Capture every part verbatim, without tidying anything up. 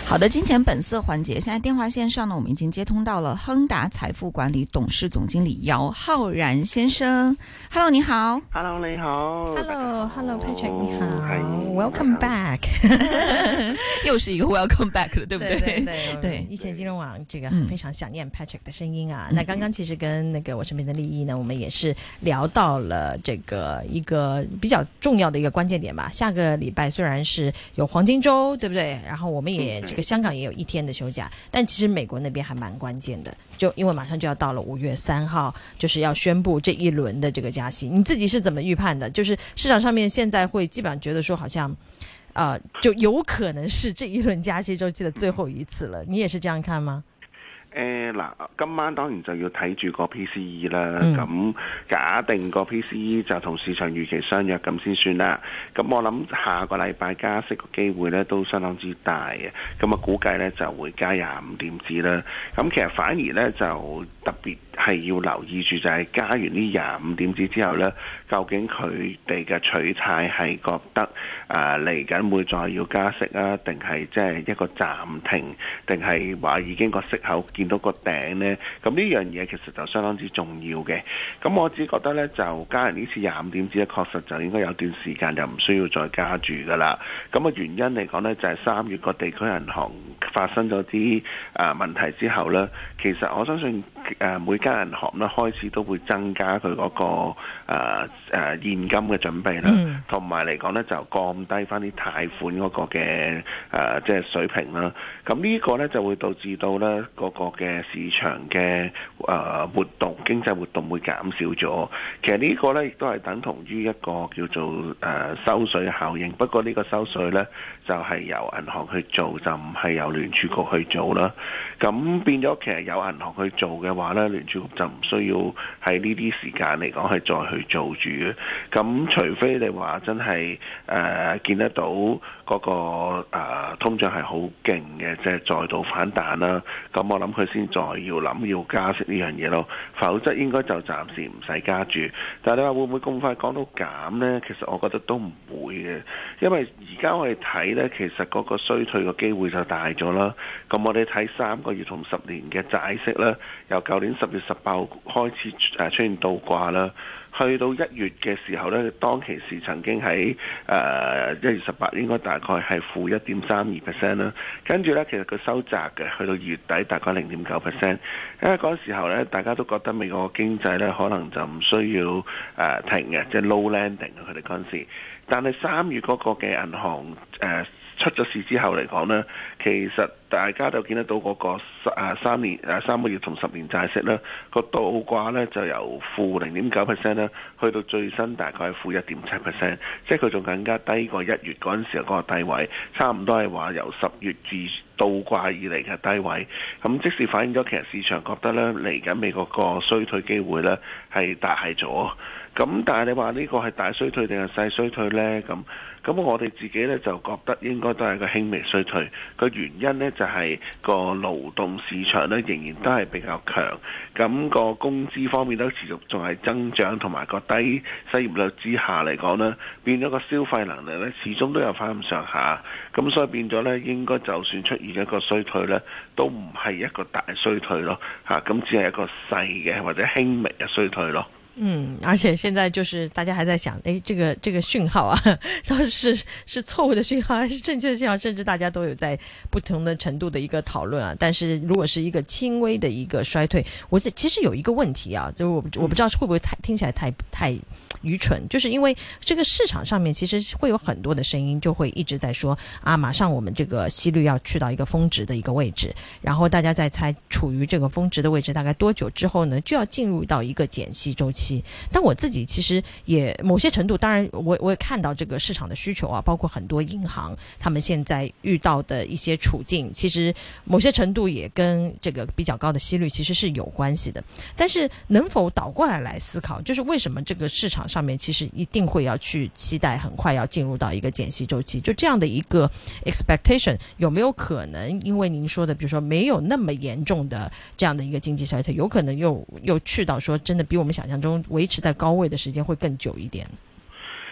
好的，金钱本色环节，现在电话线上呢，我们已经接通到了亨达财富管理董事总经理姚浩然先生。Hello， 你好。 Hello， 你好。 Hello，Hello Patrick， 你好。 Welcome back 。 又是一个 Welcome back 的，对不对？ 对对对。 对， 以前金融网这个非常想念 Patrick 的声音啊。嗯、那刚刚其实跟那个我身边的利益呢，我们也是聊到了这个一个比较重要的一个关键点吧。下个礼拜虽然是有黄金周，对不对？然后我们也、嗯、这个香港也有一天的休假，但其实美国那边还蛮关键的，就因为马上就要到了五月三号，就是要宣布这一轮的这个加息。你自己是怎么预判的？就是市场上面现在會基本上覺得說好像呃，就有可能是這一輪加息週期的最後一次了，你也是這樣看嗎？ 誒嗱，今晚當然就要睇住個 P C E 啦，咁、嗯、假定個 P C E 就同市場預期相若咁先算啦。咁我諗下個禮拜加息個機會咧都相當之大嘅，咁啊估計咧就會加廿五點子啦。咁其實反而咧就特別係要留意住就係加完呢廿五點子之後咧，究竟佢哋嘅取態係覺得誒嚟緊會再要加息啊，定係即係一個暫停，定係話已經個息口見到個頂呢？咁呢樣嘢其實就相當之重要嘅。咁我只覺得呢，就加完呢次廿五點子咧，確實就應該有段時間就唔需要再加住噶啦。咁啊原因嚟講呢，就係三月個地區銀行發生咗啲誒問題之後呢，其實我相信誒每間銀行呢開始都會增加佢嗰個誒誒現金嘅準備啦，同埋嚟講呢，就降低翻啲貸款嗰個嘅誒即係水平啦。咁呢個呢，就會導致到呢嗰個嘅市場嘅誒活動、經濟活動會減少咗。其實呢個呢，亦都係等同於一個叫做誒收水效應。不過呢個收水呢，就係由銀行去做，就唔係由聯儲局去做啦。咁變咗其實有銀行去做嘅話呢，聯儲局就唔需要喺呢啲時間嚟講係再去做住嘅。咁除非你話真係誒、呃、見得到嗰、那個、呃、通脹係好勁嘅，即係再度反彈啦。咁我諗佢先再要諗要加息呢樣嘢咯，否則應該就暫時唔使加住。但係你話會唔會咁快講到減呢？其實我覺得都唔會嘅，因為而家我哋睇呢，其實嗰個衰退嘅機會就大咗啦。咁我哋睇三個月同十年嘅債息呢，由舊年十月十八號開始誒出現倒掛啦。去到一月嘅時候呢，當其時曾經喺誒一月十八應該大概係負一點三二 percent 啦。跟住呢，其實佢收窄嘅，去到二月底大概零點九 percent。因為嗰時候呢，大家都覺得美國經濟呢可能就唔需要誒、呃、停嘅，即係 low landing 佢哋嗰陣時。但係三月嗰個嘅銀行誒、呃出咗事之後嚟講呢，其實大家都見得到嗰個三年誒三個月同十年債息呢個倒掛呢，就由負零點九 percent 呢去到最新大概係負一點七 percent， 即係佢仲更加低過一月嗰陣時嗰個低位，差唔多係話由十月至倒掛以嚟嘅低位。咁即使反映咗其實市場覺得呢嚟緊美國個衰退機會呢係大咗。咁但係你話呢個係大衰退定係細衰退呢？咁咁我哋自己呢就覺得應該都係個輕微衰退。個原因呢就係個勞動市場呢仍然都係比較強，咁個工資方面都持續仲係增長，同埋個低失業率之下嚟講呢，變咗個消費能力呢始終都有翻咁上下。咁所以變咗呢，應該就算出現一個衰退呢，都唔係一個大衰退咯，嚇咁只係一個細嘅或者輕微嘅衰退咯。 嗯，而且現在就是大家還在想，誒，這個這個訊號啊，到底是是錯誤的訊號還是正確的訊號？甚至大家都有在不同的程度的一個討論啊。但是如果是一個輕微的一個衰退，我這其實有一個問題啊，就我我不知道會不會太聽起來太太愚蠢，就是因為這個市場上面其實會有很多的聲音，就會一直在說啊，馬上我們這個息率要去到一個峰值的一個位置，然後大家在猜處於這個峰值的位置大概多久之後呢，就要進入到一個減息週期。但我自己其實也某些程度，當然我我也看到這個市場的需求啊，包括很多銀行他們現在遇到的一些處境，其實某些程度也跟這個比較高的息率其實是有關係的。但是能否倒過來來思考，就是為什麼這個市場上面其實一定會要去期待很快要進入到一個減息週期，就這樣的一個 expectation 有沒有可能因為您說的比如說沒有那麼嚴重的這樣的一個經濟衰退，有可能又又去到說真的比我們想象中維持在高位的時間會更久一點？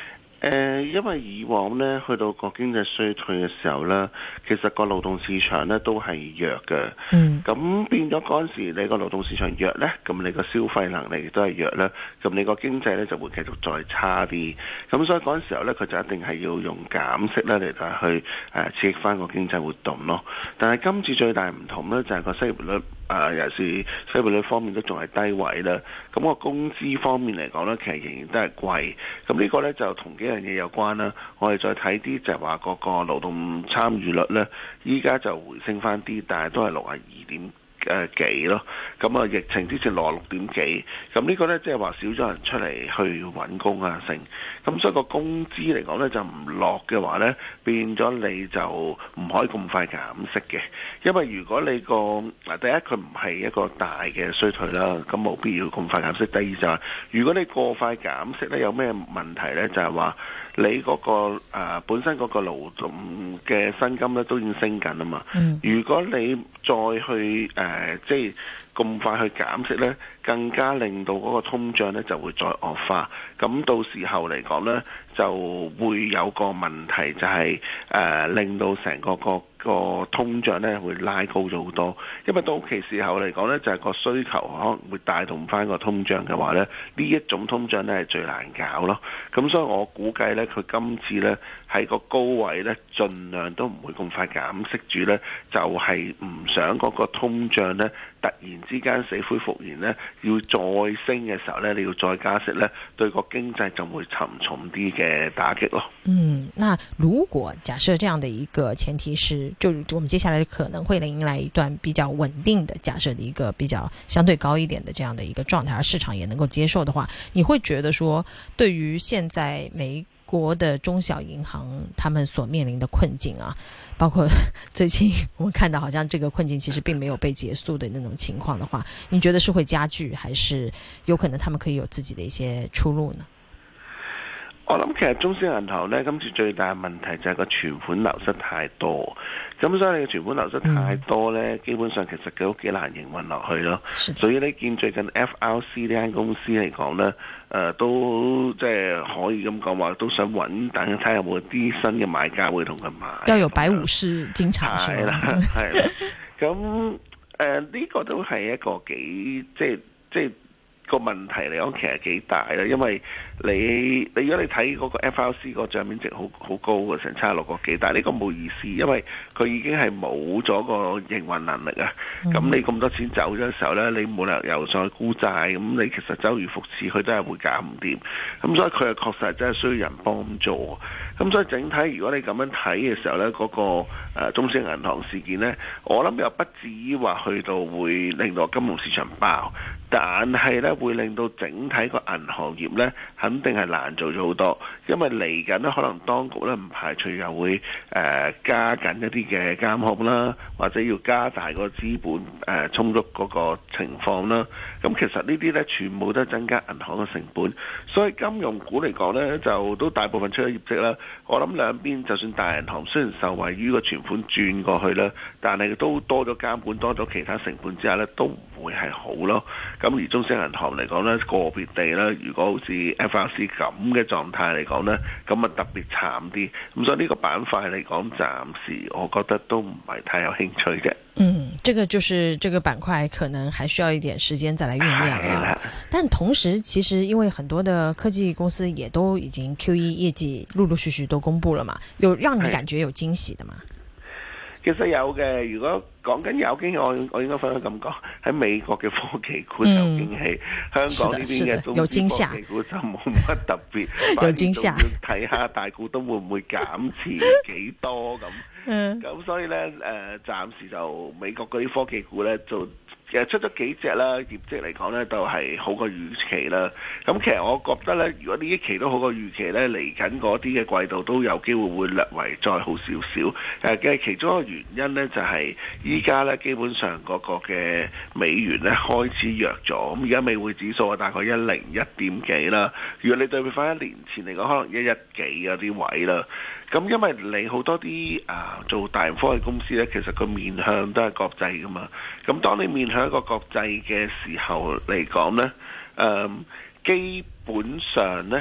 誒、呃，因為以往呢，去到個經濟衰退嘅時候呢，其實個勞動市場呢都係弱嘅。嗯。咁變咗嗰陣時，你個勞動市場弱呢，咁你個消費能力亦都係弱啦，咁你個經濟呢就會繼續再差啲。咁所以嗰陣時候呢，佢就一定係要用減息呢嚟到去誒刺激翻個經濟活動咯。但係今次最大唔同呢，就係、是、個失業率。啊，尤其是失業率方面都仲係低位啦。咁個工資方面嚟講呢，其實仍然都係貴。咁呢個呢，就同幾樣嘢有關啦。我哋再睇啲就係話嗰個勞動參與率呢，依家就回升翻啲，但係都係六十二點誒幾咯。咁啊，疫情之前六十六點幾。咁呢個呢，即係話少咗人出嚟去揾工啊，成。咁所以個工資嚟講呢，就唔落嘅話呢，變咗你就唔可以咁快減息嘅。因為如果你個嗱第一佢唔係一個大嘅衰退啦，咁冇必要咁快減息。第二就係、是、如果你過快減息呢，有咩問題呢？就係、是、話你嗰、那個、呃、本身嗰個勞動嘅薪金呢，都已經升緊啊嘛。嗯、如果你再去誒、呃、即係咁快去減息呢，更加令到嗰個通脹呢就會再惡化。咁到時候嚟講呢，就會有個問題，就係、是、誒、呃、令到成個個個通脹呢會拉高咗好多。因為到期時候嚟講呢，就係、是、個需求可能會帶動翻個通脹嘅話呢，呢一種通脹呢係最難搞咯。咁所以我估計呢，佢今次呢喺個高位呢，盡量都唔會咁快減息住呢，就係、是、唔想嗰個通脹呢突然之間死灰復燃呢，要再升嘅時候呢，你要再加息呢，對個經濟就會沉重啲嘅打擊咯。 嗯，那如果假設這樣的一個前提是，就我們接下來可能會迎來一段比較穩定的，假設的一個比較相對高一點的這樣的一個狀態，而市場也能夠接受的話，你會覺得說，對於現在美國的中小銀行他們所面臨的困境啊，包括最近我們看到好像這個困境其實並沒有被結束的那種情況的話，你覺得是會加劇，還是有可能他們可以有自己的一些出路呢？ 我諗其實中小銀行呢，今次最大嘅問題就係個存款流失太多，咁所以你嘅存款流失太多呢，嗯、基本上其實佢都幾難營運落去咯。所以你見最近 F R C 呢間公司嚟講呢，誒、呃、都即係可以咁講話，都想穩等睇下有冇啲新嘅買家會同佢買。要有白武士經常係啦， 係啦。咁誒呢個都係一個幾即係即係。個問題嚟講其實幾大啦，因為你你如果你睇嗰個 F R C 個帳面值好好高嘅，成七十六個幾，但係呢個冇意思，因為佢已經係冇咗個營運能力啊。咁、嗯、你咁多錢走咗嘅時候呢，你冇理由又再沽債，咁你其實周而復始佢都係會搞唔掂。咁所以佢係確實係真係需要人幫助。咁所以整體如果你咁樣睇嘅時候呢，嗰、那個誒、呃、中小銀行事件呢，我諗又不至於話去到會令到金融市場爆。但係咧，會令到整體個銀行業咧，肯定係難做咗好多。因為嚟緊咧，可能當局咧唔排除又會誒、呃、加緊一啲嘅監控啦，或者要加大個資本誒、呃、充足嗰個情況啦。咁其實呢啲咧，全部都增加銀行嘅成本。所以金融股嚟講咧，就都大部分出咗業績啦。我諗兩邊就算大銀行雖然受惠於個存款轉過去啦，但係都多咗監管，多咗其他成本之下咧，都唔會係好咯。咁而中小銀行嚟講呢，個別地呢，如果好似 F R C 咁嘅狀態嚟講呢，咁啊特別慘啲。咁所以呢個板塊嚟講，暫時我覺得都唔係太有興趣嘅。 嗯，這個就是這個板塊可能還需要一點時間再來醞釀啊。但同時，其實因為很多的科技公司也都已經 Q E 業績陸陸續續都公布了嘛，有讓你感覺有驚喜的嗎？ 其實有嘅，如果講緊有驚喜，我我應該分享咁講，喺美國嘅科技股有驚喜，嗯、香港呢邊嘅中資科技股就冇乜特別，有驚嚇，睇下大股東會唔會減持幾多咁。咁、嗯、所以呢，誒、呃，暫時就美國嗰啲科技股呢，就其實出咗幾隻啦，業績嚟講呢都係好過預期啦。咁其實我覺得呢，如果呢一期都好過預期呢，嚟緊嗰啲嘅季度都有機會會略為再好少少。誒嘅其中一個原因呢，就係依家呢基本上嗰個嘅美元呢開始弱咗。咁而家美匯指數啊大概一零一點幾啦。如果你對比翻一年前嚟講，可能一一幾嗰啲位啦。咁因為你好多啲啊做大型科技公司呢，其實個面向都係國際噶嘛。咁當你面向一個國際嘅時候嚟講呢，誒、嗯、基本上呢，就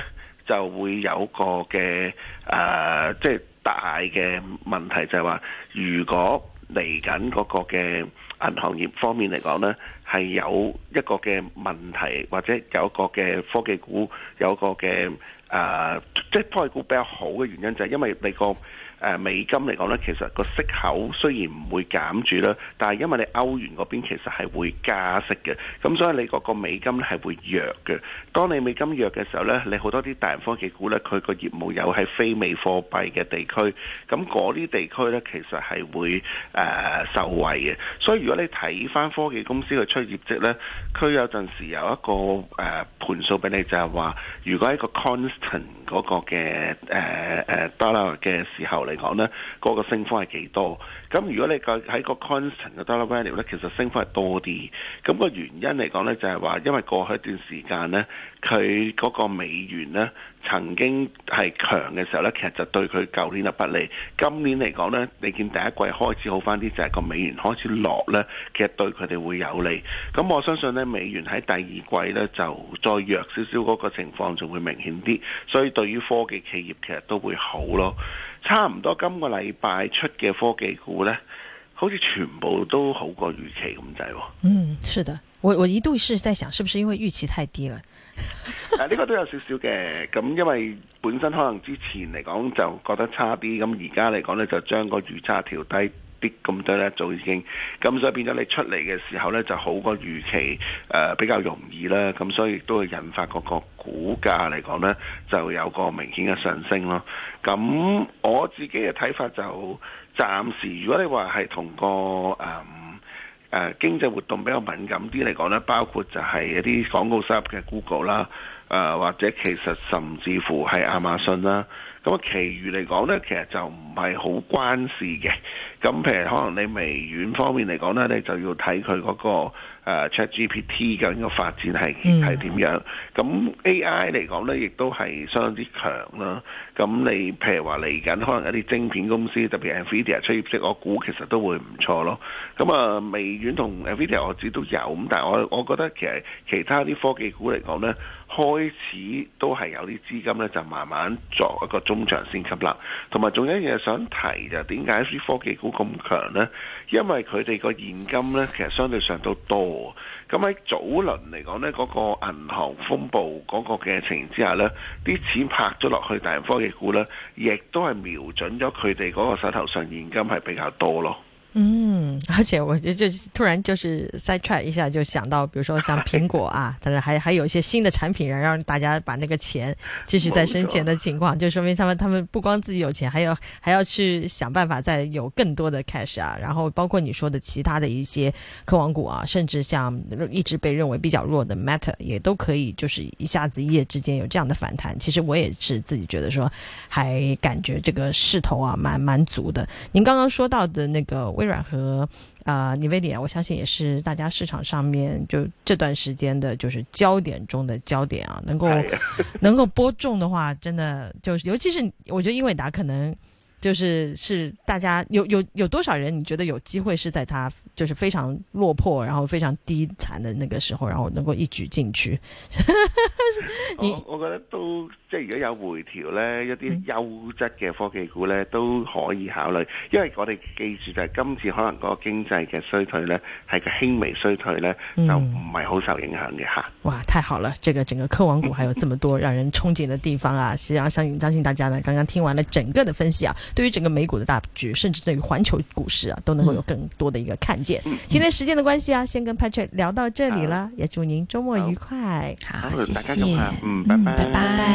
就會有個嘅誒，即係大嘅問題就係話，如果嚟緊嗰個嘅銀行業方面嚟講呢，係有一個嘅問題，或者有一個嘅科技股有一個嘅誒、呃，即係科技股比較好嘅原因就係因為你個誒美金嚟講呢，其實個息口雖然唔會減住啦，但係因為你歐元嗰邊其實係會加息嘅，咁所以你嗰個美金係會弱嘅。當你美金弱嘅時候呢，你好多啲大型科技股呢，佢個業務有喺非美貨幣嘅地區，咁嗰啲地區呢，其實係會誒、呃、受惠嘅。所以如果你睇翻科技公司去出業績呢，佢有陣時有一個誒、呃、盤數俾你，就係話如果喺個 constant 嗰個嘅誒誒 dollar 嘅時候嚟講呢，嗰、那個升幅係幾多？咁如果你個喺個 constant 嘅 dollar value 呢，其實升幅係多啲。咁、那個原因嚟講呢，就係話因為過去一段時間呢，佢嗰個美元呢曾經係強嘅時候呢，其實就對佢舊年就不利。今年嚟講呢，你見第一季開始好翻啲，就係、是、個美元開始落呢，其實對佢哋會有利。咁我相信呢，美元喺第二季呢就再弱少少，嗰個情況就會明顯啲。所以對於科技企業其實都會好咯。差唔多今個禮拜出嘅科技股呢，好似全部都好過預期咁滯。 嗯，是的，我我一度是在想，是不是因為預期太低了？ 啊，呢個都有少少嘅，咁因為本身可能之前嚟講就覺得差啲，咁而家嚟講呢，就將個預測調低啲咁多呢，就已經咁，所以變咗你出嚟嘅時候呢，就好過預期，誒、呃、比較容易啦，咁所以亦都會引發嗰個股價嚟講呢，就有個明顯嘅上升咯。咁我自己嘅睇法就暫時，如果你話係同個誒誒、呃、經濟活動比較敏感啲嚟講呢，包括就係一啲廣告收入嘅 Google 啦，誒、呃、或者其實甚至乎係亞馬遜啦。咁啊，其餘嚟講呢，其實就唔係好關事嘅。咁譬如可能你微軟方面嚟講呢，你就要睇佢嗰個、呃、ChatGPT 究竟個發展係係點樣。咁 A I 嚟講呢，亦都係相當之強啦。咁你譬如話嚟緊可能一啲晶片公司，特別係 Nvidia 出業績，我估其實都會唔錯咯。咁啊，微軟同 Nvidia 我知都有，咁但係我我覺得其實其他啲科技股嚟講呢，開始都係有啲資金呢，就慢慢作一個中長線吸納。同埋仲有一樣嘢想提就點解啲科技股咁強呢？因為佢哋個現金呢，其實相對上都多。咁喺早輪嚟講呢，嗰、那個銀行風暴嗰個嘅情形之下呢，啲錢拍咗落去大型科技股呢，亦都係瞄準咗佢哋嗰個手頭上現金係比較多咯。 嗯，而且我就突然就是 side track 一下，就想到，比如說像蘋果啊，但是還還有一些新的產品，讓大家把那個錢繼續再生錢的情況，就說明他們他們不光自己有錢，還要還要去想辦法再有更多的 cash 啊。然後包括你說的其他的一些科網股啊，甚至像一直被認為比較弱的 Meta 也都可以，就是一下子一夜之間有這樣的反彈。其實我也是自己覺得說，還感覺這個勢頭啊，蠻蠻足的。您剛剛說到的那個微軟和呃 Nvidia， 我相信也是大家市場上面就這段時間的，就是焦點中的焦點啊，能夠能夠播中的話，真的就是，尤其是我覺得英偉達可能就是是大家有有有多少人，你覺得有機會是在它就是非常落魄，然後非常低殘的那個時候，然後能夠一舉進去？ 我我覺得都即係如果有回調呢，一啲優質嘅科技股呢都可以考慮，因為我哋記住就係今次可能嗰個經濟嘅衰退呢係個輕微衰退呢，就唔係好受影響嘅吓。 哇，太好了！這個整個科網股還有這麼多讓人憧憬的地方啊！實際上相信相信大家呢，剛剛聽完了整個的分析啊，對於整個美股的大局，甚至對於環球股市啊，都能夠有更多的一個看見。嗯、今天時間的關係啊，先跟 Patrick 聊到這裡了，也祝您周末愉快。 好，謝謝。 嗯，拜拜。 拜拜。